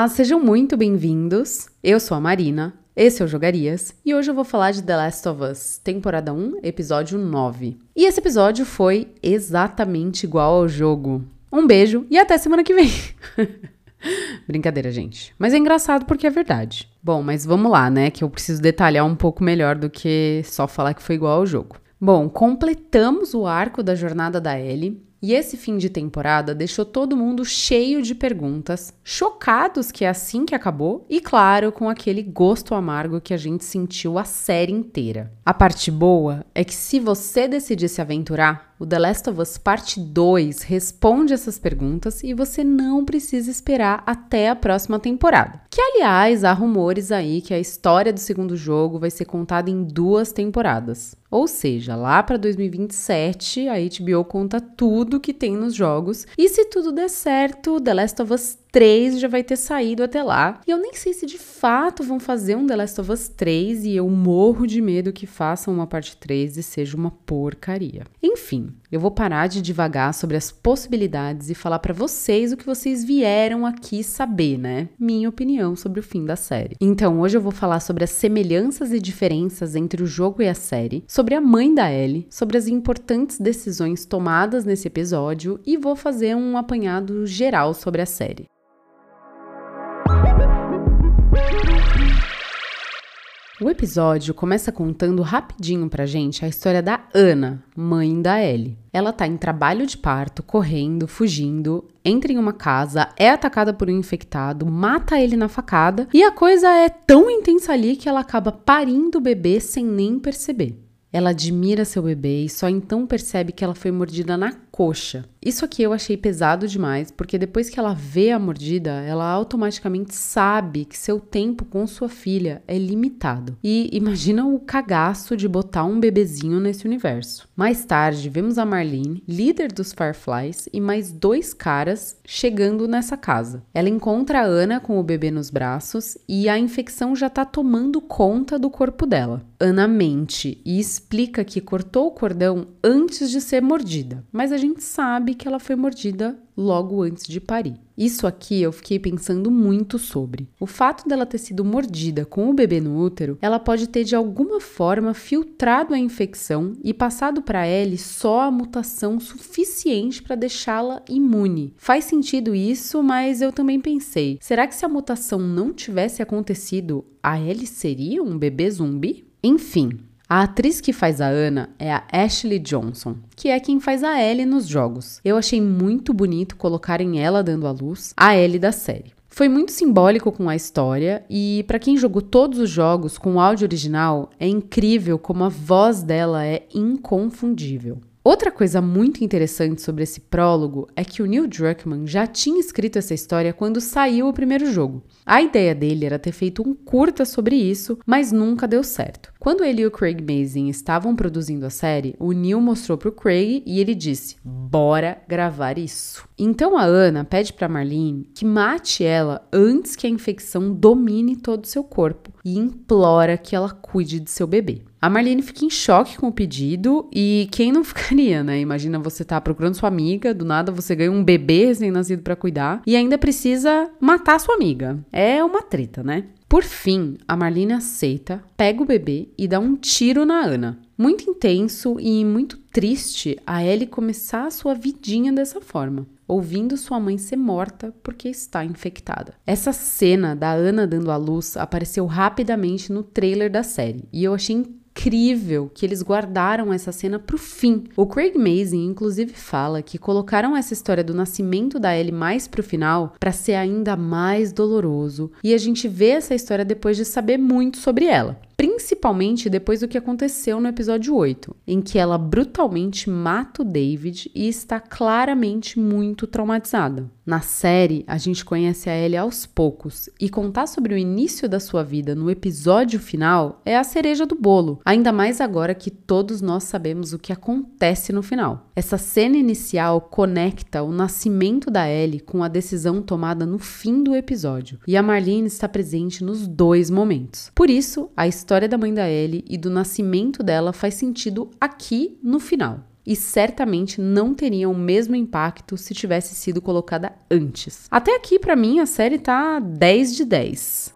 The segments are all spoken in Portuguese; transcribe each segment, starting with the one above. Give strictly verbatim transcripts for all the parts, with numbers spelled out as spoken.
Olá, sejam muito bem-vindos. Eu sou a Marina, esse é o Jogarias e hoje eu vou falar de The Last of Us, temporada um, episódio nove. E esse episódio foi exatamente igual ao jogo. Um beijo e até semana que vem. Brincadeira, gente. Mas é engraçado porque é verdade. Bom, mas vamos lá, né? Que eu preciso detalhar um pouco melhor do que só falar que foi igual ao jogo. Bom, completamos o arco da jornada da Ellie. E esse fim de temporada deixou todo mundo cheio de perguntas, chocados que é assim que acabou e, claro, com aquele gosto amargo que a gente sentiu a série inteira. A parte boa é que se você decidir se aventurar, o The Last of Us Parte dois responde essas perguntas e você não precisa esperar até a próxima temporada. Que, aliás, há rumores aí que a história do segundo jogo vai ser contada em duas temporadas. Ou seja, lá para dois mil e vinte e sete, a H B O conta tudo que tem nos jogos. E se tudo der certo, The Last of Us três já vai ter saído até lá. E eu nem sei se de fato vão fazer um The Last of Us três e eu morro de medo que façam uma parte três e seja uma porcaria. Enfim, eu vou parar de divagar sobre as possibilidades e falar pra vocês o que vocês vieram aqui saber, né? Minha opinião sobre o fim da série. Então, hoje eu vou falar sobre as semelhanças e diferenças entre o jogo e a série, sobre a mãe da Ellie, sobre as importantes decisões tomadas nesse episódio e vou fazer um apanhado geral sobre a série. O episódio começa contando rapidinho pra gente a história da Anna, mãe da Ellie. Ela tá em trabalho de parto, correndo, fugindo, entra em uma casa, é atacada por um infectado, mata ele na facada e a coisa é tão intensa ali que ela acaba parindo o bebê sem nem perceber. Ela admira seu bebê e só então percebe que ela foi mordida na coxa. Isso aqui eu achei pesado demais, porque depois que ela vê a mordida, ela automaticamente sabe que seu tempo com sua filha é limitado. E imagina o cagaço de botar um bebezinho nesse universo. Mais tarde, vemos a Marlene, líder dos Fireflies, e mais dois caras chegando nessa casa. Ela encontra a Anna com o bebê nos braços e a infecção já tá tomando conta do corpo dela. Anna mente e explica que cortou o cordão antes de ser mordida, mas a gente sabe que ela foi mordida logo antes de parir. Isso aqui eu fiquei pensando muito sobre. O fato dela ter sido mordida com o bebê no útero, ela pode ter de alguma forma filtrado a infecção e passado para Ellie só a mutação suficiente para deixá-la imune. Faz sentido isso, mas eu também pensei, será que se a mutação não tivesse acontecido, a Ellie seria um bebê zumbi? Enfim, a atriz que faz a Anna é a Ashley Johnson, que é quem faz a Ellie nos jogos. Eu achei muito bonito colocarem ela dando à luz a Ellie da série. Foi muito simbólico com a história e, para quem jogou todos os jogos com o áudio original, é incrível como a voz dela é inconfundível. Outra coisa muito interessante sobre esse prólogo é que o Neil Druckmann já tinha escrito essa história quando saiu o primeiro jogo. A ideia dele era ter feito um curta sobre isso, mas nunca deu certo. Quando ele e o Craig Mazin estavam produzindo a série, o Neil mostrou pro Craig e ele disse, bora gravar isso. Então a Anna pede pra Marlene que mate ela antes que a infecção domine todo o seu corpo e implora que ela cuide de seu bebê. A Marlene fica em choque com o pedido e quem não ficaria, né? Imagina você tá procurando sua amiga, do nada você ganha um bebê recém-nascido pra cuidar e ainda precisa matar sua amiga. É uma treta, né? Por fim, a Marlene aceita, pega o bebê e dá um tiro na Anna. Muito intenso e muito triste a Ellie começar a sua vidinha dessa forma, ouvindo sua mãe ser morta porque está infectada. Essa cena da Anna dando à luz apareceu rapidamente no trailer da série e eu achei incrível que eles guardaram essa cena pro fim. O Craig Mazin, inclusive, fala que colocaram essa história do nascimento da Ellie mais pro final para ser ainda mais doloroso e a gente vê essa história depois de saber muito sobre ela. Principalmente depois do que aconteceu no episódio oito, em que ela brutalmente mata o David e está claramente muito traumatizada. Na série, a gente conhece a Ellie aos poucos, e contar sobre o início da sua vida no episódio final é a cereja do bolo, ainda mais agora que todos nós sabemos o que acontece no final. Essa cena inicial conecta o nascimento da Ellie com a decisão tomada no fim do episódio, e a Marlene está presente nos dois momentos. Por isso, a história da mãe da Ellie e do nascimento dela faz sentido aqui no final. e certamente não teria o mesmo impacto se tivesse sido colocada antes. Até aqui, pra mim, a série tá dez de dez.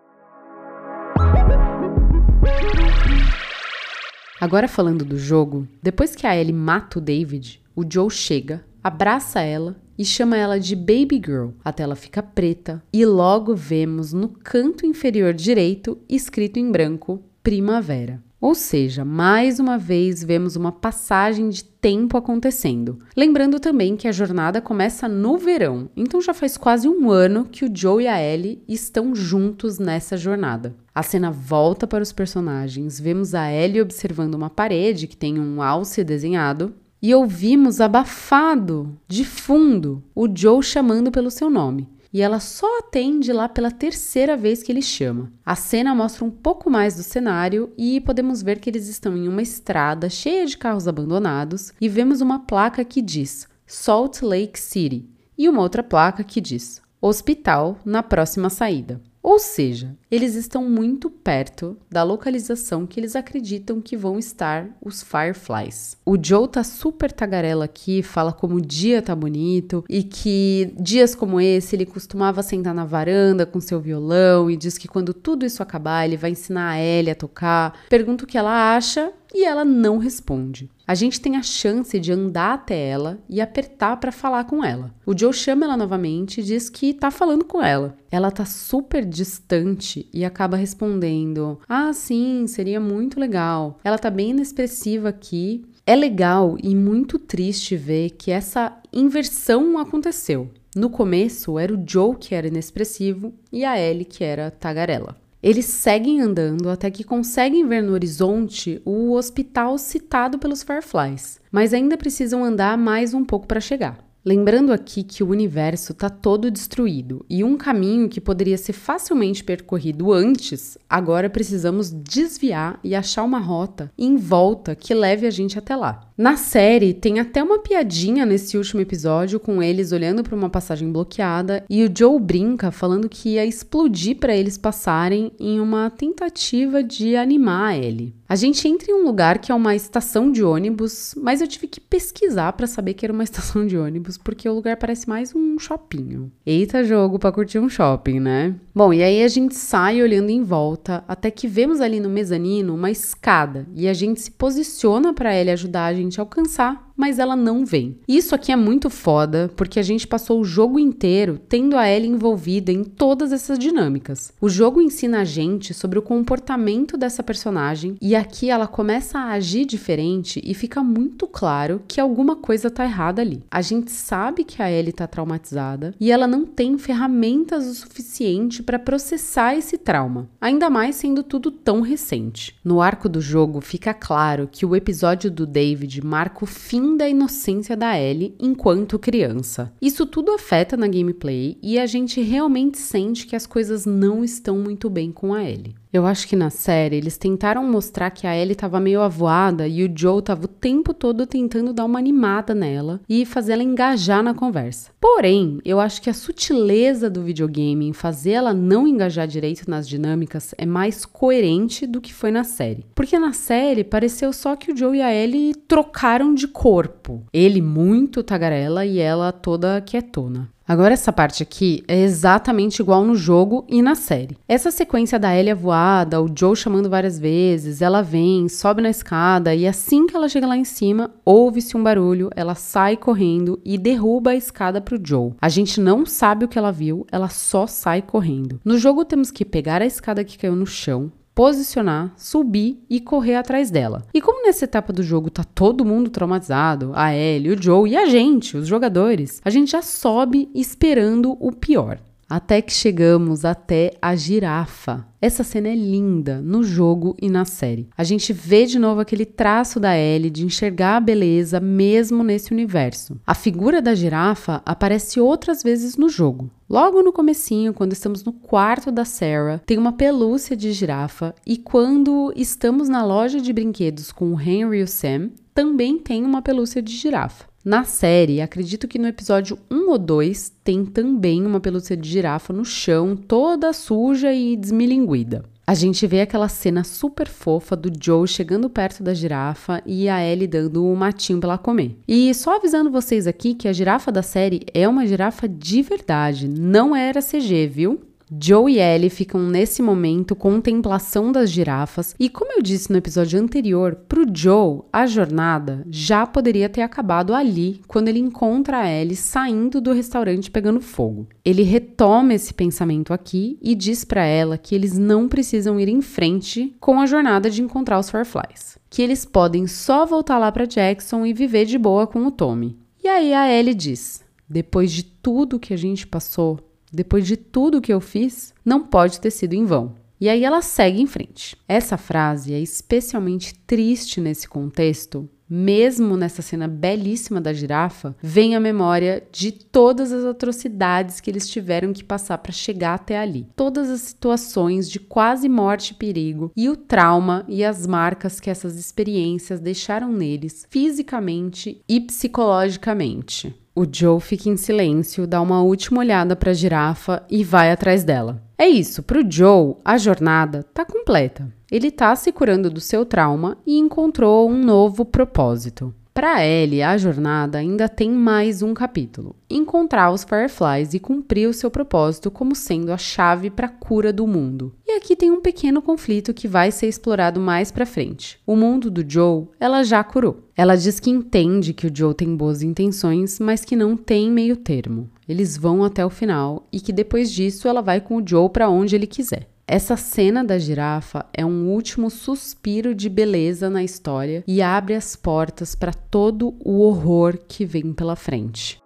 Agora falando do jogo, depois que a Ellie mata o David, o Joe chega, abraça ela e chama ela de Baby Girl, até ela fica preta, e logo vemos no canto inferior direito, escrito em branco, Primavera. Ou seja, mais uma vez vemos uma passagem de tempo acontecendo. Lembrando também que a jornada começa no verão, então já faz quase um ano que o Joe e a Ellie estão juntos nessa jornada. A cena volta para os personagens, vemos a Ellie observando uma parede que tem um alce desenhado, e ouvimos abafado, de fundo, o Joe chamando pelo seu nome. E ela só atende lá pela terceira vez que ele chama. A cena mostra um pouco mais do cenário e podemos ver que eles estão em uma estrada cheia de carros abandonados e vemos uma placa que diz Salt Lake City e uma outra placa que diz Hospital na próxima saída. Ou seja, eles estão muito perto da localização que eles acreditam que vão estar os Fireflies. O Joe tá super tagarela aqui, fala como o dia tá bonito e que dias como esse ele costumava sentar na varanda com seu violão e diz que quando tudo isso acabar ele vai ensinar a Ellie a tocar. Pergunta o que ela acha e ela não responde. A gente tem a chance de andar até ela e apertar para falar com ela. O Joe chama ela novamente e diz que tá falando com ela. Ela tá super distante e acaba respondendo: ah, sim, seria muito legal. Ela tá bem inexpressiva aqui. É legal e muito triste ver que essa inversão aconteceu. No começo era o Joe que era inexpressivo e a Ellie que era tagarela. Eles seguem andando até que conseguem ver no horizonte o hospital citado pelos Fireflies, mas ainda precisam andar mais um pouco para chegar. Lembrando aqui que o universo está todo destruído e um caminho que poderia ser facilmente percorrido antes, agora precisamos desviar e achar uma rota em volta que leve a gente até lá. Na série, tem até uma piadinha nesse último episódio com eles olhando para uma passagem bloqueada e o Joe brinca falando que ia explodir para eles passarem em uma tentativa de animar a Ellie. A gente entra em um lugar que é uma estação de ônibus, mas eu tive que pesquisar para saber que era uma estação de ônibus porque o lugar parece mais um shopping. Eita jogo para curtir um shopping, né? Bom, e aí a gente sai olhando em volta até que vemos ali no mezanino uma escada e a gente se posiciona para Ellie ajudar a gente alcançar, mas ela não vem. Isso aqui é muito foda, porque a gente passou o jogo inteiro tendo a Ellie envolvida em todas essas dinâmicas. O jogo ensina a gente sobre o comportamento dessa personagem e aqui ela começa a agir diferente e fica muito claro que alguma coisa tá errada ali. A gente sabe que a Ellie tá traumatizada e ela não tem ferramentas o suficiente para processar esse trauma, ainda mais sendo tudo tão recente. No arco do jogo fica claro que o episódio do David marca o fim da inocência da Ellie enquanto criança. Isso tudo afeta na gameplay e a gente realmente sente que as coisas não estão muito bem com a Ellie. Eu acho que na série eles tentaram mostrar que a Ellie estava meio avoada e o Joe estava o tempo todo tentando dar uma animada nela e fazer ela engajar na conversa. Porém, eu acho que a sutileza do videogame em fazer ela não engajar direito nas dinâmicas é mais coerente do que foi na série. Porque na série pareceu só que o Joe e a Ellie trocaram de corpo. Ele muito tagarela e ela toda quietona. Agora essa parte aqui é exatamente igual no jogo e na série. Essa sequência da Ellie voada, o Joe chamando várias vezes, ela vem, sobe na escada e assim que ela chega lá em cima, ouve-se um barulho, ela sai correndo e derruba a escada pro Joe. A gente não sabe o que ela viu, ela só sai correndo. No jogo temos que pegar a escada que caiu no chão, posicionar, subir e correr atrás dela. E como nessa etapa do jogo tá todo mundo traumatizado, a Ellie, o Joe e a gente, os jogadores, a gente já sobe esperando o pior. Até que chegamos até a girafa. Essa cena é linda no jogo e na série. A gente vê de novo aquele traço da Ellie de enxergar a beleza mesmo nesse universo. A figura da girafa aparece outras vezes no jogo. Logo no comecinho, quando estamos no quarto da Sarah, tem uma pelúcia de girafa e quando estamos na loja de brinquedos com o Henry e o Sam, também tem uma pelúcia de girafa. Na série, acredito que no episódio um ou dois tem também uma pelúcia de girafa no chão, toda suja e desmilinguida. A gente vê aquela cena super fofa do Joe chegando perto da girafa e a Ellie dando um matinho pra ela comer. E só avisando vocês aqui que a girafa da série é uma girafa de verdade, não era C G, viu? Joe e Ellie ficam nesse momento contemplação das girafas e, como eu disse no episódio anterior, pro Joe, a jornada já poderia ter acabado ali quando ele encontra a Ellie saindo do restaurante pegando fogo. Ele retoma esse pensamento aqui e diz pra ela que eles não precisam ir em frente com a jornada de encontrar os Fireflies, que eles podem só voltar lá pra Jackson e viver de boa com o Tommy. E aí a Ellie diz: depois de tudo que a gente passou, depois de tudo que eu fiz, não pode ter sido em vão. E aí ela segue em frente. Essa frase é especialmente triste nesse contexto, mesmo nessa cena belíssima da girafa, vem à memória de todas as atrocidades que eles tiveram que passar para chegar até ali. Todas as situações de quase morte e perigo, e o trauma e as marcas que essas experiências deixaram neles, fisicamente e psicologicamente. O Joe fica em silêncio, dá uma última olhada para a girafa e vai atrás dela. É isso, pro Joe, a jornada tá completa. Ele tá se curando do seu trauma e encontrou um novo propósito. Para Ellie, a jornada ainda tem mais um capítulo: encontrar os Fireflies e cumprir o seu propósito como sendo a chave para a cura do mundo. E aqui tem um pequeno conflito que vai ser explorado mais para frente. O mundo do Joe, ela já curou. Ela diz que entende que o Joe tem boas intenções, mas que não tem meio termo. Eles vão até o final e que depois disso ela vai com o Joe para onde ele quiser. Essa cena da girafa é um último suspiro de beleza na história e abre as portas para todo o horror que vem pela frente.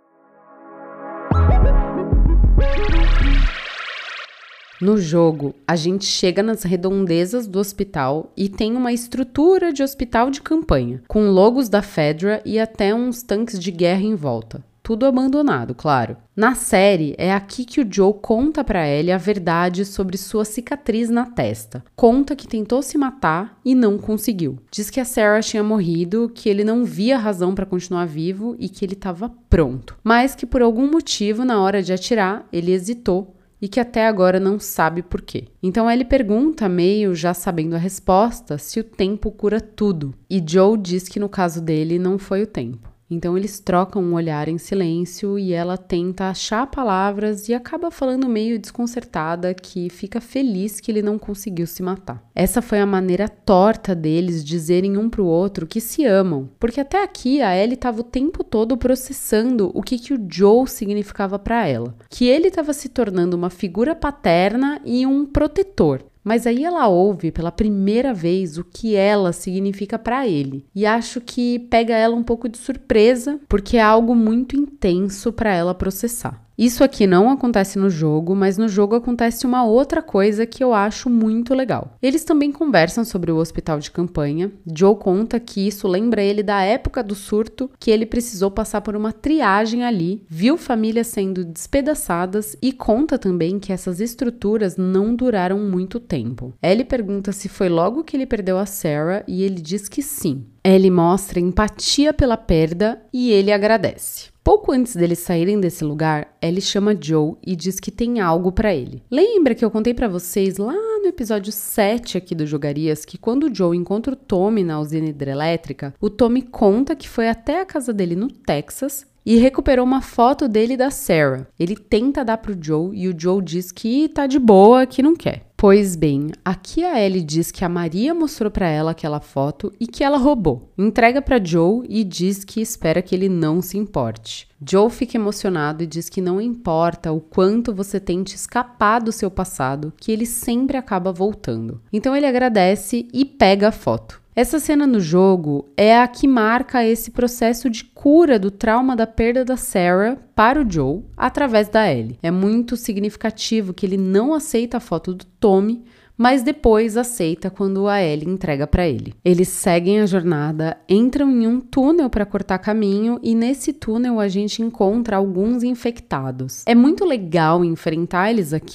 No jogo, a gente chega nas redondezas do hospital e tem uma estrutura de hospital de campanha, com logos da Fedra e até uns tanques de guerra em volta. Tudo abandonado, claro. Na série, é aqui que o Joe conta pra Ellie a verdade sobre sua cicatriz na testa. Conta que tentou se matar e não conseguiu. Diz que a Sarah tinha morrido, que ele não via razão pra continuar vivo e que ele estava pronto. Mas que por algum motivo, na hora de atirar, ele hesitou e que até agora não sabe por quê. Então ele pergunta, meio já sabendo a resposta, se o tempo cura tudo. E Joe diz que no caso dele não foi o tempo. Então eles trocam um olhar em silêncio e ela tenta achar palavras e acaba falando meio desconcertada que fica feliz que ele não conseguiu se matar. Essa foi a maneira torta deles dizerem um pro outro que se amam, porque até aqui a Ellie estava o tempo todo processando o que, que o Joe significava para ela, que ele estava se tornando uma figura paterna e um protetor. Mas aí ela ouve pela primeira vez o que ela significa para ele. E acho que pega ela um pouco de surpresa, porque é algo muito intenso para ela processar. Isso aqui não acontece no jogo, mas no jogo acontece uma outra coisa que eu acho muito legal. Eles também conversam sobre o hospital de campanha. Joe conta que isso lembra ele da época do surto, que ele precisou passar por uma triagem ali, viu famílias sendo despedaçadas e conta também que essas estruturas não duraram muito tempo. Ellie pergunta se foi logo que ele perdeu a Sarah e ele diz que sim. Ellie mostra empatia pela perda e ele agradece. Pouco antes deles saírem desse lugar, Ellie chama Joe e diz que tem algo pra ele. Lembra que eu contei pra vocês lá no episódio sete aqui do Jogarias que quando o Joe encontra o Tommy na usina hidrelétrica, o Tommy conta que foi até a casa dele no Texas e recuperou uma foto dele e da Sarah. Ele tenta dar pro Joe e o Joe diz que tá de boa, que não quer. Pois bem, aqui a Ellie diz que a Maria mostrou pra ela aquela foto e que ela roubou. Entrega pra Joe e diz que espera que ele não se importe. Joe fica emocionado e diz que não importa o quanto você tente escapar do seu passado, que ele sempre acaba voltando. Então ele agradece e pega a foto. Essa cena no jogo é a que marca esse processo de cura do trauma da perda da Sarah para o Joe através da Ellie. É muito significativo que ele não aceita a foto do Tommy, mas depois aceita quando a Ellie entrega para ele. Eles seguem a jornada, entram em um túnel para cortar caminho e nesse túnel a gente encontra alguns infectados. É muito legal enfrentar eles aqui,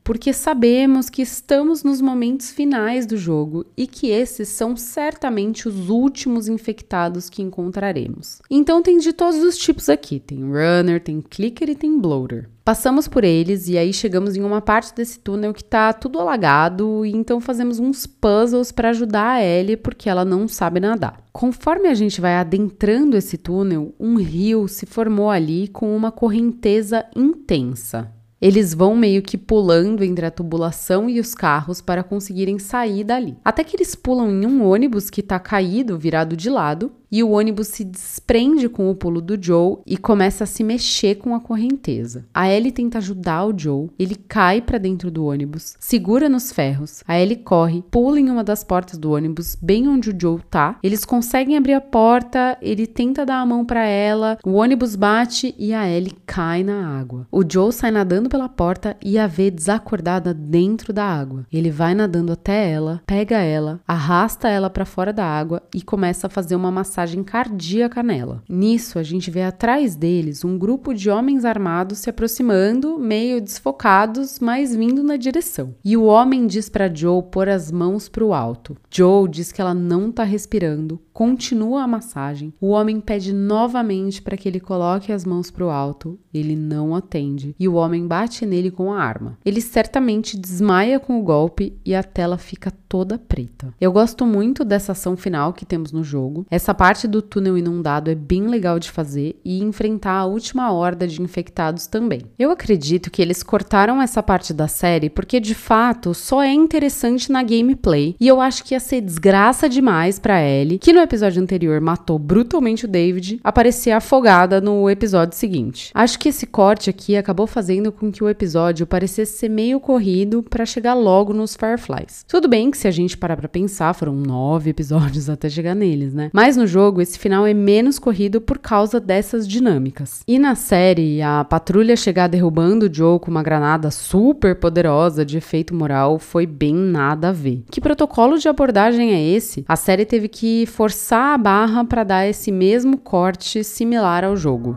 porque sabemos que estamos nos momentos finais do jogo e que esses são certamente os últimos infectados que encontraremos. Então tem de todos os tipos aqui, tem runner, tem clicker e tem bloater. Passamos por eles e aí chegamos em uma parte desse túnel que tá tudo alagado e então fazemos uns puzzles para ajudar a Ellie porque ela não sabe nadar. Conforme a gente vai adentrando esse túnel, um rio se formou ali com uma correnteza intensa. Eles vão meio que pulando entre a tubulação e os carros para conseguirem sair dali. Até que eles pulam em um ônibus que tá caído, virado de lado, e o ônibus se desprende com o pulo do Joe e começa a se mexer com a correnteza. A Ellie tenta ajudar o Joe, ele cai para dentro do ônibus, segura nos ferros, a Ellie corre, pula em uma das portas do ônibus, bem onde o Joe tá. Eles conseguem abrir a porta, ele tenta dar a mão para ela, o ônibus bate e a Ellie cai na água. O Joe sai nadando pela porta e a vê desacordada dentro da água. Ele vai nadando até ela, pega ela, arrasta ela para fora da água e começa a fazer uma massagem cardíaca nela. Nisso, a gente vê atrás deles um grupo de homens armados se aproximando, meio desfocados, mas vindo na direção. E o homem diz para Joe pôr as mãos para o alto. Joe diz que ela não tá respirando, continua a massagem. O homem pede novamente para que ele coloque as mãos para o alto. Ele não atende e o homem bate nele com a arma. Ele certamente desmaia com o golpe e a tela fica toda preta. Eu gosto muito dessa ação final que temos no jogo. Essa parte do túnel inundado é bem legal de fazer e enfrentar a última horda de infectados também. Eu acredito que eles cortaram essa parte da série porque de fato só é interessante na gameplay e eu acho que ia ser desgraça demais pra Ellie, que no episódio anterior matou brutalmente o David, aparecer afogada no episódio seguinte. Acho que esse corte aqui acabou fazendo com que o episódio parecesse ser meio corrido pra chegar logo nos Fireflies. Tudo bem que se a gente parar pra pensar, foram nove episódios até chegar neles, né? Mas no jogo, esse final é menos corrido por causa dessas dinâmicas. E na série, a patrulha chegar derrubando o Joe com uma granada super poderosa de efeito moral foi bem nada a ver. Que protocolo de abordagem é esse? A série teve que forçar a barra para dar esse mesmo corte similar ao jogo.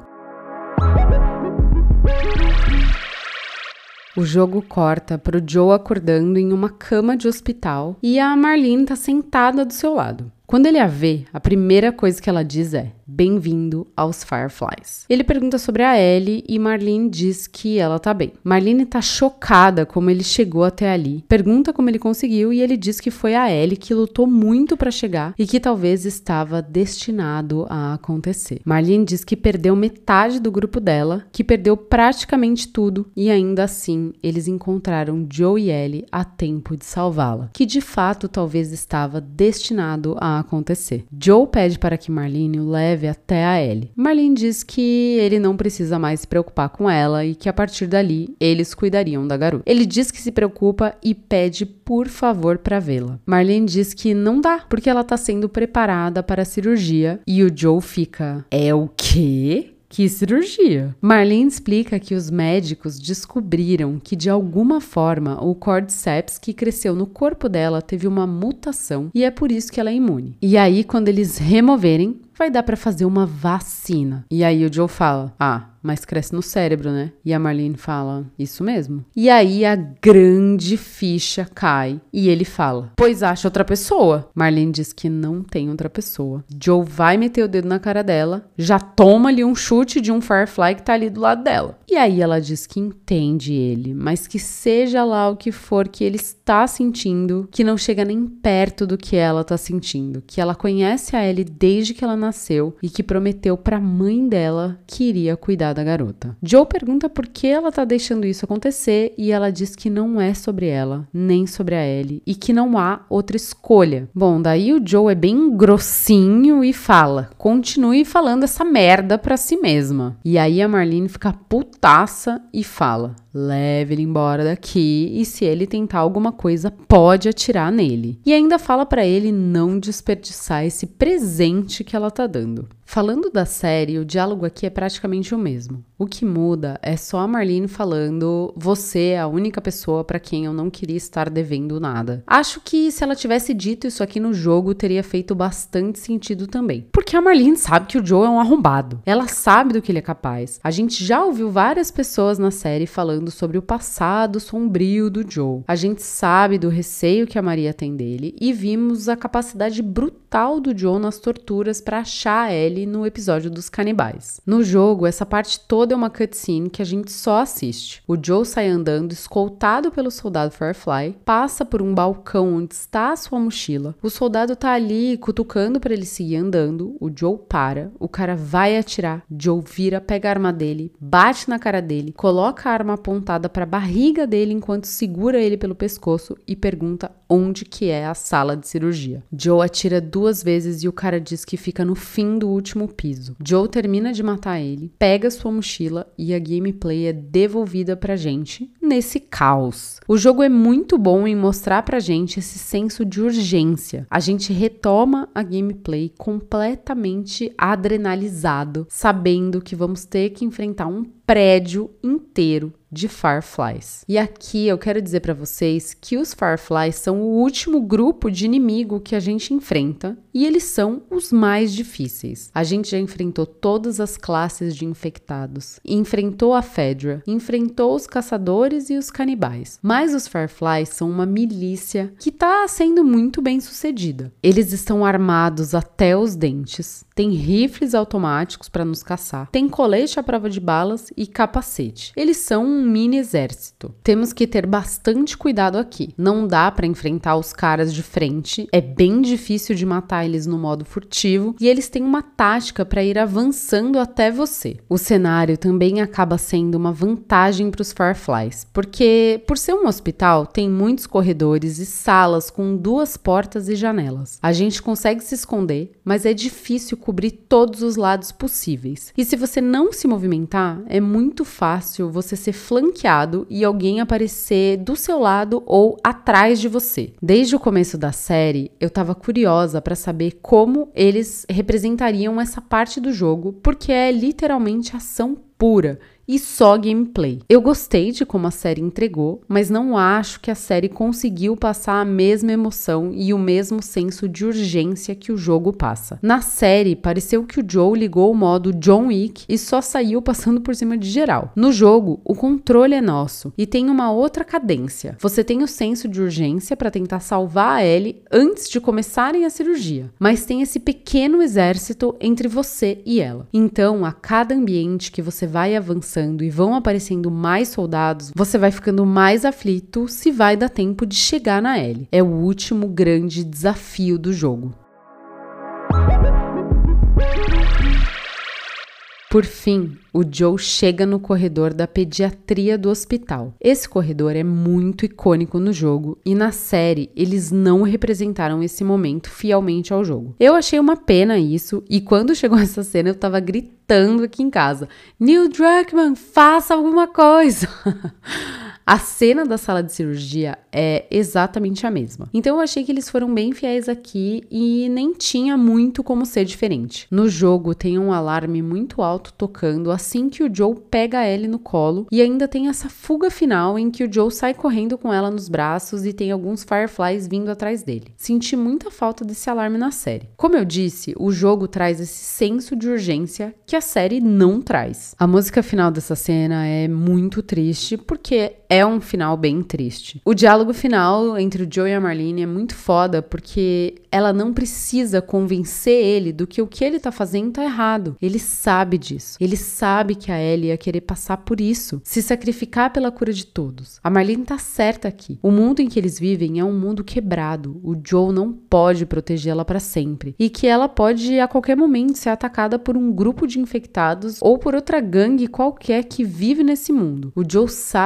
O jogo corta pro Joe acordando em uma cama de hospital e a Marlene tá sentada do seu lado. Quando ele a vê, a primeira coisa que ela diz é: bem-vindo aos Fireflies. Ele pergunta sobre a Ellie e Marlene diz que ela tá bem. Marlene tá chocada como ele chegou até ali, pergunta como ele conseguiu e ele diz que foi a Ellie que lutou muito pra chegar e que talvez estava destinado a acontecer. Marlene diz que perdeu metade do grupo dela, que perdeu praticamente tudo e ainda assim eles encontraram Joe e Ellie a tempo de salvá-la, que de fato talvez estava destinado a acontecer. Joe pede para que Marlene o leve até a Ellie. Marlene diz que ele não precisa mais se preocupar com ela e que a partir dali eles cuidariam da garota. Ele diz que se preocupa e pede por favor para vê-la. Marlene diz que não dá porque ela está sendo preparada para a cirurgia e o Joe fica: é o quê? Que cirurgia? Marlene explica que os médicos descobriram que de alguma forma o Cordyceps que cresceu no corpo dela teve uma mutação e é por isso que ela é imune. E aí quando eles removerem, vai dar pra fazer uma vacina. E aí o Joe fala: ah, mas cresce no cérebro, né? E a Marlene fala: isso mesmo. E aí a grande ficha cai e ele fala: pois acha outra pessoa. Marlene diz que não tem outra pessoa. Joe vai meter o dedo na cara dela, já toma ali um chute de um Firefly que tá ali do lado dela. E aí ela diz que entende ele, mas que seja lá o que for que ele está sentindo, que não chega nem perto do que ela tá sentindo, que ela conhece a Ellie desde que ela nasceu e que prometeu pra mãe dela que iria cuidar da garota. Joe pergunta por que ela tá deixando isso acontecer e ela diz que não é sobre ela, nem sobre a Ellie e que não há outra escolha. Bom, daí o Joe é bem grossinho e fala: continue falando essa merda pra si mesma. E aí a Marlene fica putaça e fala: leve ele embora daqui e se ele tentar alguma coisa, pode atirar nele. E ainda fala pra ele não desperdiçar esse presente que ela tá dando. Falando da série, o diálogo aqui é praticamente o mesmo. O que muda é só a Marlene falando: você é a única pessoa pra quem eu não queria estar devendo nada. Acho que se ela tivesse dito isso aqui no jogo, teria feito bastante sentido também. Porque a Marlene sabe que o Joe é um arrombado. Ela sabe do que ele é capaz. A gente já ouviu várias pessoas na série falando sobre o passado sombrio do Joe. A gente sabe do receio que a Maria tem dele e vimos a capacidade brutal do Joe nas torturas pra achar a Ellie no episódio dos canibais. No jogo, essa parte toda é uma cutscene que a gente só assiste. O Joe sai andando, escoltado pelo soldado Firefly, passa por um balcão onde está a sua mochila. O soldado tá ali cutucando para ele seguir andando. O Joe para, o cara vai atirar. Joe vira, pega a arma dele, bate na cara dele, coloca a arma apontada para a barriga dele enquanto segura ele pelo pescoço e pergunta onde que é a sala de cirurgia. Joe atira duas vezes e o cara diz que fica no fim do último piso. Joe termina de matar ele, pega sua mochila e a gameplay é devolvida pra gente nesse caos. O jogo é muito bom em mostrar pra gente esse senso de urgência. A gente retoma a gameplay completamente adrenalizado, sabendo que vamos ter que enfrentar um prédio inteiro de Fireflies. E aqui eu quero dizer pra vocês que os Fireflies são o último grupo de inimigo que a gente enfrenta e eles são os mais difíceis. A gente já enfrentou todas as classes de infectados, enfrentou a Fedra, enfrentou os caçadores e os canibais. Mas os Fireflies são uma milícia que tá sendo muito bem sucedida. Eles estão armados até os dentes, têm rifles automáticos para nos caçar, tem colete à prova de balas e capacete. Eles são um mini exército. Temos que ter bastante cuidado aqui. Não dá para enfrentar os caras de frente, é bem difícil de matar eles no modo furtivo e eles têm uma tática para ir avançando até você. O cenário também acaba sendo uma vantagem para os Fireflies, porque por ser um hospital, tem muitos corredores e salas com duas portas e janelas. A gente consegue se esconder, mas é difícil cobrir todos os lados possíveis. E se você não se movimentar, é muito fácil você ser flanqueado e alguém aparecer do seu lado ou atrás de você. Desde o começo da série, eu tava curiosa para saber como eles representariam essa parte do jogo, porque é literalmente ação pura e só gameplay. Eu gostei de como a série entregou, mas não acho que a série conseguiu passar a mesma emoção e o mesmo senso de urgência que o jogo passa. Na série, pareceu que o Joe ligou o modo John Wick e só saiu passando por cima de geral. No jogo, o controle é nosso e tem uma outra cadência. Você tem o senso de urgência para tentar salvar a Ellie antes de começarem a cirurgia, mas tem esse pequeno exército entre você e ela. Então, a cada ambiente que você vai avançando e vão aparecendo mais soldados, você vai ficando mais aflito se vai dar tempo de chegar na Ellie. É o último grande desafio do jogo. Por fim, o Joe chega no corredor da pediatria do hospital. Esse corredor é muito icônico no jogo e na série eles não representaram esse momento fielmente ao jogo. Eu achei uma pena isso e quando chegou essa cena eu tava gritando aqui em casa: Neil Druckmann, faça alguma coisa! A cena da sala de cirurgia é exatamente a mesma. Então eu achei que eles foram bem fiéis aqui e nem tinha muito como ser diferente. No jogo tem um alarme muito alto tocando assim que o Joe pega a Ellie no colo e ainda tem essa fuga final em que o Joe sai correndo com ela nos braços e tem alguns Fireflies vindo atrás dele. Senti muita falta desse alarme na série. Como eu disse, o jogo traz esse senso de urgência que a série não traz. A música final dessa cena é muito triste porque é um final bem triste. O diálogo final entre o Joe e a Marlene é muito foda porque ela não precisa convencer ele do que o que ele tá fazendo tá errado. Ele sabe disso. Ele sabe que a Ellie ia querer passar por isso, se sacrificar pela cura de todos. A Marlene tá certa aqui. O mundo em que eles vivem é um mundo quebrado. O Joe não pode protegê-la pra sempre. E que ela pode a qualquer momento ser atacada por um grupo de infectados ou por outra gangue qualquer que vive nesse mundo. O Joe sabe que é verdade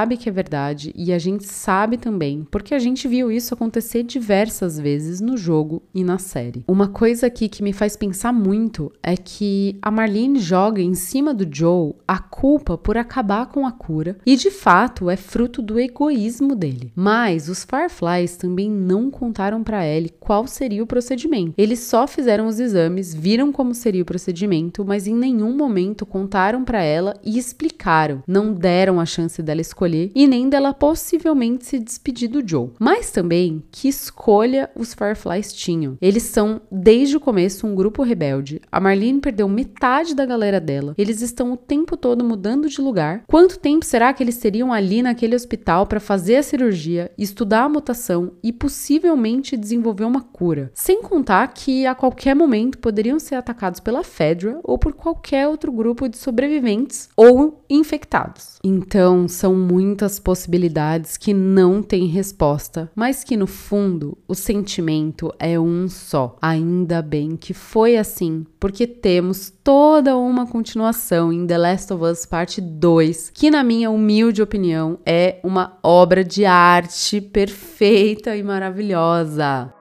verdade e a gente sabe também, porque a gente viu isso acontecer diversas vezes no jogo e na série. Uma coisa aqui que me faz pensar muito é que a Marlene joga em cima do Joe a culpa por acabar com a cura e de fato é fruto do egoísmo dele. Mas os Fireflies também não contaram para Ellie qual seria o procedimento. Eles só fizeram os exames, viram como seria o procedimento, mas em nenhum momento contaram para ela e explicaram. Não deram a chance dela escolher e nem dela possivelmente se despedir do Joe. Mas também que escolha os Fireflies tinham. Eles são, desde o começo, um grupo rebelde. A Marlene perdeu metade da galera dela. Eles estão o tempo todo mudando de lugar. Quanto tempo será que eles teriam ali naquele hospital para fazer a cirurgia, estudar a mutação e possivelmente desenvolver uma cura? Sem contar que a qualquer momento poderiam ser atacados pela Fedra ou por qualquer outro grupo de sobreviventes ou infectados. Então, são muitas possibilidades que não têm resposta, mas que no fundo o sentimento é um só. Ainda bem que foi assim, porque temos toda uma continuação em The Last of Us Parte dois, que na minha humilde opinião é uma obra de arte perfeita e maravilhosa.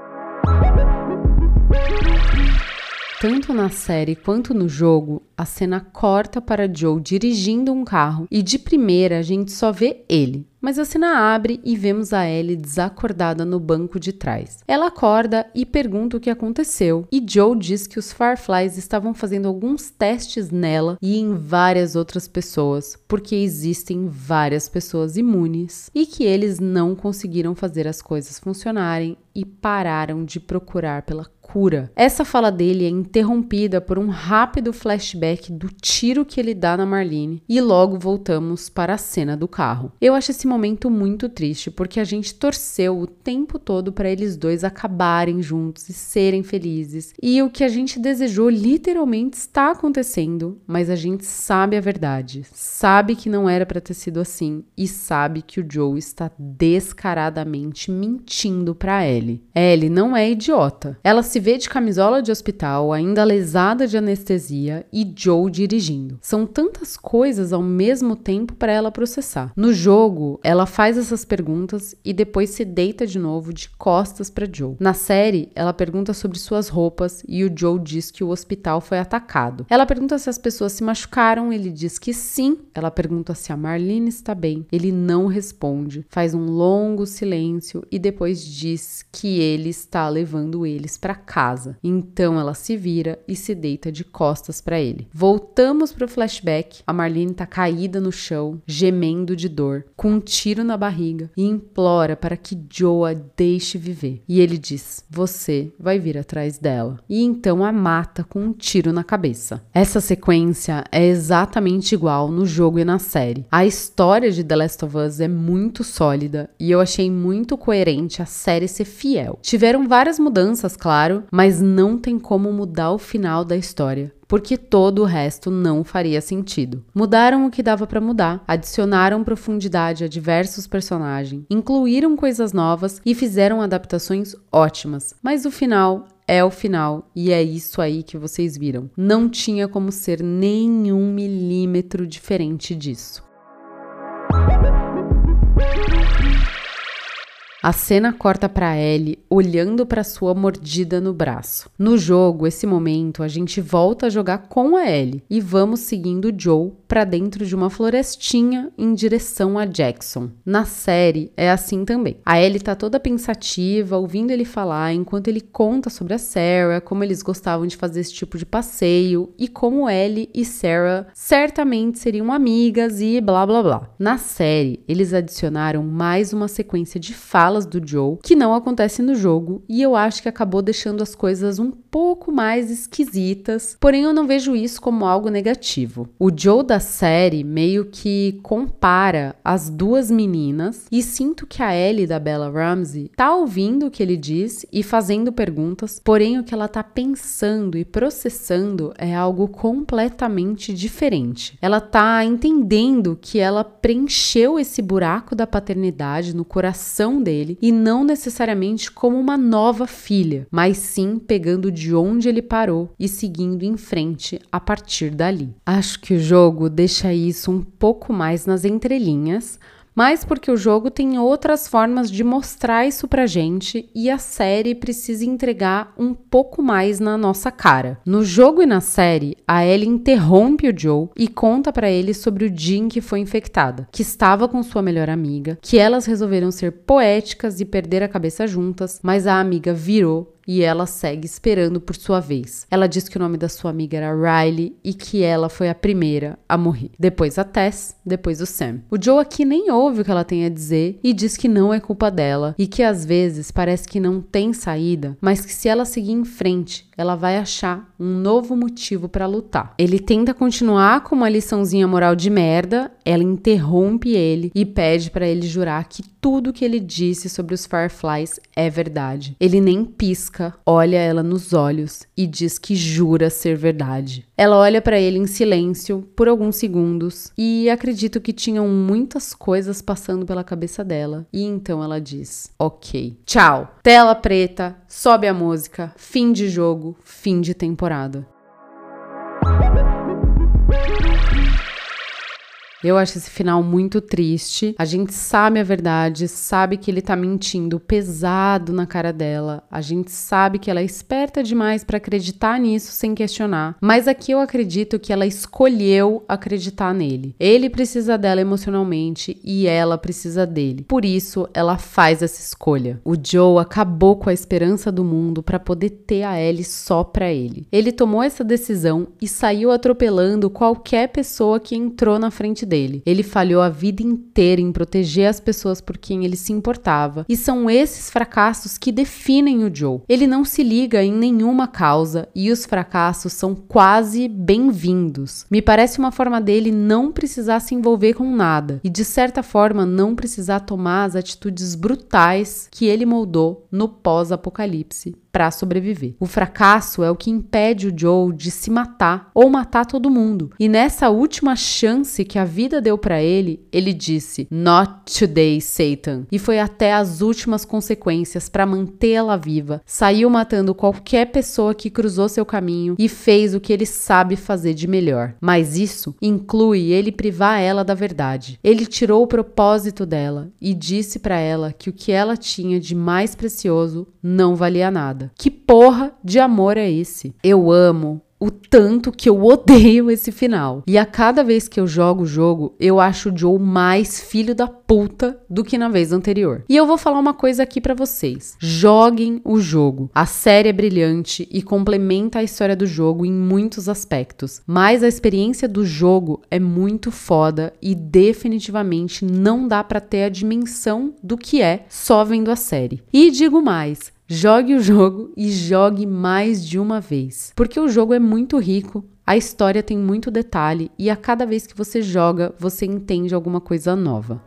Tanto na série quanto no jogo, a cena corta para Joe dirigindo um carro e de primeira a gente só vê ele. Mas a cena abre e vemos a Ellie desacordada no banco de trás. Ela acorda e pergunta o que aconteceu, e Joe diz que os Fireflies estavam fazendo alguns testes nela e em várias outras pessoas, porque existem várias pessoas imunes, e que eles não conseguiram fazer as coisas funcionarem e pararam de procurar pela cura. Essa fala dele é interrompida por um rápido flashback do tiro que ele dá na Marlene e logo voltamos para a cena do carro. Eu acho esse momento muito triste porque a gente torceu o tempo todo para eles dois acabarem juntos e serem felizes, e o que a gente desejou literalmente está acontecendo, mas a gente sabe a verdade, sabe que não era para ter sido assim e sabe que o Joe está descaradamente mentindo para Ellie. Ellie não é idiota. Ela se vê de camisola de hospital, ainda lesada de anestesia, e Joe dirigindo. São tantas coisas ao mesmo tempo para ela processar. No jogo, ela faz essas perguntas e depois se deita de novo de costas para Joe. Na série, ela pergunta sobre suas roupas e o Joe diz que o hospital foi atacado. Ela pergunta se as pessoas se machucaram, ele diz que sim. Ela pergunta se a Marlene está bem. Ele não responde, faz um longo silêncio e depois diz que ele está levando eles para casa. Então ela se vira e se deita de costas para ele. Voltamos pro flashback. A Marlene tá caída no chão, gemendo de dor, com um tiro na barriga, e implora para que Joe a deixe viver. E ele diz: você vai vir atrás dela. E então a mata com um tiro na cabeça. Essa sequência é exatamente igual no jogo e na série. A história de The Last of Us é muito sólida e eu achei muito coerente a série ser fiel. Tiveram várias mudanças, claro, mas não tem como mudar o final da história, porque todo o resto não faria sentido. Mudaram o que dava pra mudar, adicionaram profundidade a diversos personagens, incluíram coisas novas e fizeram adaptações ótimas, mas o final é o final e é isso aí que vocês viram. Não tinha como ser nenhum milímetro diferente disso. A cena corta para Ellie olhando para sua mordida no braço. No jogo, esse momento, a gente volta a jogar com a Ellie e vamos seguindo Joe para dentro de uma florestinha em direção a Jackson. Na série, é assim também. A Ellie tá toda pensativa, ouvindo ele falar, enquanto ele conta sobre a Sarah, como eles gostavam de fazer esse tipo de passeio e como Ellie e Sarah certamente seriam amigas e blá blá blá. Na série, eles adicionaram mais uma sequência de falas do Joe, que não acontece no jogo, e eu acho que acabou deixando as coisas um pouco mais esquisitas, porém eu não vejo isso como algo negativo. O Joe da série meio que compara as duas meninas e sinto que a Ellie da Bella Ramsey tá ouvindo o que ele diz e fazendo perguntas, porém o que ela tá pensando e processando é algo completamente diferente. Ela tá entendendo que ela preencheu esse buraco da paternidade no coração dele e não necessariamente como uma nova filha, mas sim pegando de onde ele parou e seguindo em frente a partir dali. Acho que o jogo deixa isso um pouco mais nas entrelinhas, mas porque o jogo tem outras formas de mostrar isso pra gente e a série precisa entregar um pouco mais na nossa cara. No jogo e na série, a Ellie interrompe o Joe e conta pra ele sobre o dia em que foi infectada, que estava com sua melhor amiga, que elas resolveram ser poéticas e perder a cabeça juntas, mas a amiga virou e ela segue esperando por sua vez. Ela diz que o nome da sua amiga era Riley e que ela foi a primeira a morrer. Depois a Tess, depois o Sam. O Joe aqui nem ouve o que ela tem a dizer e diz que não é culpa dela e que às vezes parece que não tem saída, mas que se ela seguir em frente, ela vai achar um novo motivo pra lutar. Ele tenta continuar com uma liçãozinha moral de merda, ela interrompe ele e pede pra ele jurar que tudo que ele disse sobre os Fireflies é verdade. Ele nem pisca, olha ela nos olhos e diz que jura ser verdade. Ela olha pra ele em silêncio por alguns segundos e acredito que tinham muitas coisas passando pela cabeça dela. E então ela diz: ok, tchau. Tela preta, sobe a música, fim de jogo, fim de temporada. Eu acho esse final muito triste. A gente sabe a verdade, sabe que ele tá mentindo pesado na cara dela. A gente sabe que ela é esperta demais pra acreditar nisso sem questionar. Mas aqui eu acredito que ela escolheu acreditar nele. Ele precisa dela emocionalmente e ela precisa dele. Por isso, ela faz essa escolha. O Joe acabou com a esperança do mundo pra poder ter a Ellie só pra ele. Ele tomou essa decisão e saiu atropelando qualquer pessoa que entrou na frente dele. Ele falhou a vida inteira em proteger as pessoas por quem ele se importava, e são esses fracassos que definem o Joe. Ele não se liga em nenhuma causa e os fracassos são quase bem-vindos. Me parece uma forma dele não precisar se envolver com nada e, de certa forma, não precisar tomar as atitudes brutais que ele moldou no pós-apocalipse para sobreviver. O fracasso é o que impede o Joe de se matar ou matar todo mundo. E nessa última chance que a vida deu para ele, ele disse: "Not today, Satan." E foi até as últimas consequências para mantê-la viva. Saiu matando qualquer pessoa que cruzou seu caminho e fez o que ele sabe fazer de melhor. Mas isso inclui ele privar ela da verdade. Ele tirou o propósito dela e disse para ela que o que ela tinha de mais precioso não valia nada. Que porra de amor é esse? Eu amo o tanto que eu odeio esse final. E a cada vez que eu jogo o jogo, eu acho o Joe mais filho da puta do que na vez anterior. E eu vou falar uma coisa aqui pra vocês. Joguem o jogo. A série é brilhante e complementa a história do jogo em muitos aspectos. Mas a experiência do jogo é muito foda e definitivamente não dá pra ter a dimensão do que é só vendo a série. E digo mais, jogue o jogo e jogue mais de uma vez, porque o jogo é muito rico, a história tem muito detalhe e a cada vez que você joga, você entende alguma coisa nova.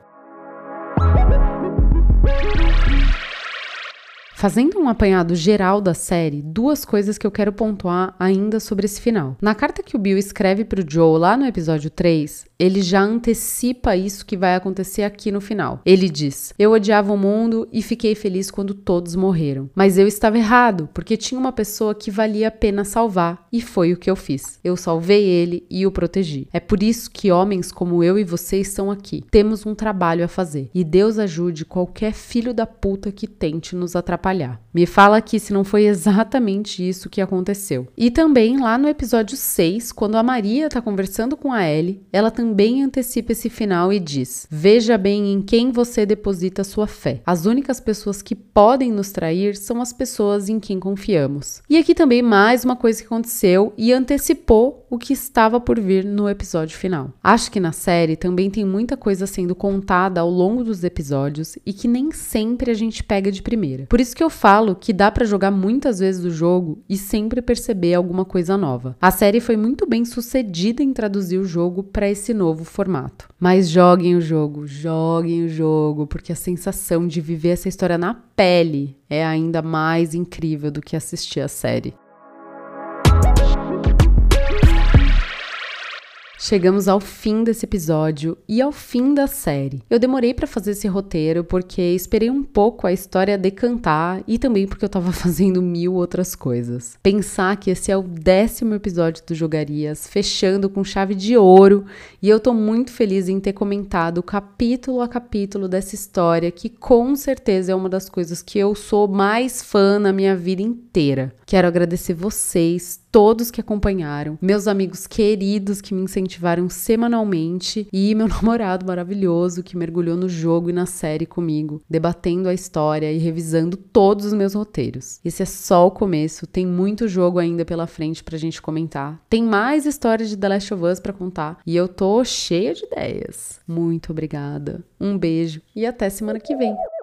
Fazendo um apanhado geral da série, duas coisas que eu quero pontuar ainda sobre esse final. Na carta que o Bill escreve pro Joe lá no episódio três, ele já antecipa isso que vai acontecer aqui no final. Ele diz: "Eu odiava o mundo e fiquei feliz quando todos morreram. Mas eu estava errado, porque tinha uma pessoa que valia a pena salvar, e foi o que eu fiz. Eu salvei ele e o protegi. É por isso que homens como eu e você estão aqui. Temos um trabalho a fazer. E Deus ajude qualquer filho da puta que tente nos atrapalhar. Me fala aqui se não foi exatamente isso que aconteceu." E também lá no episódio seis, quando a Maria tá conversando com a Ellie, ela também antecipa esse final e diz: "Veja bem em quem você deposita sua fé. As únicas pessoas que podem nos trair são as pessoas em quem confiamos." E aqui também mais uma coisa que aconteceu e antecipou o que estava por vir no episódio final. Acho que na série também tem muita coisa sendo contada ao longo dos episódios e que nem sempre a gente pega de primeira. Por isso que eu falo que dá pra jogar muitas vezes o jogo e sempre perceber alguma coisa nova. A série foi muito bem sucedida em traduzir o jogo pra esse novo formato. Mas joguem o jogo, joguem o jogo, porque a sensação de viver essa história na pele é ainda mais incrível do que assistir a série. Chegamos ao fim desse episódio e ao fim da série. Eu demorei pra fazer esse roteiro porque esperei um pouco a história decantar e também porque eu tava fazendo mil outras coisas. Pensar que esse é o décimo episódio do Jogarias, fechando com chave de ouro, e eu tô muito feliz em ter comentado capítulo a capítulo dessa história que com certeza é uma das coisas que eu sou mais fã na minha vida inteira. Quero agradecer vocês, todos que acompanharam, meus amigos queridos que me incentivaram semanalmente e meu namorado maravilhoso que mergulhou no jogo e na série comigo, debatendo a história e revisando todos os meus roteiros. Esse é só o começo, tem muito jogo ainda pela frente pra gente comentar. Tem mais histórias de The Last of Us pra contar e eu tô cheia de ideias. Muito obrigada, um beijo e até semana que vem.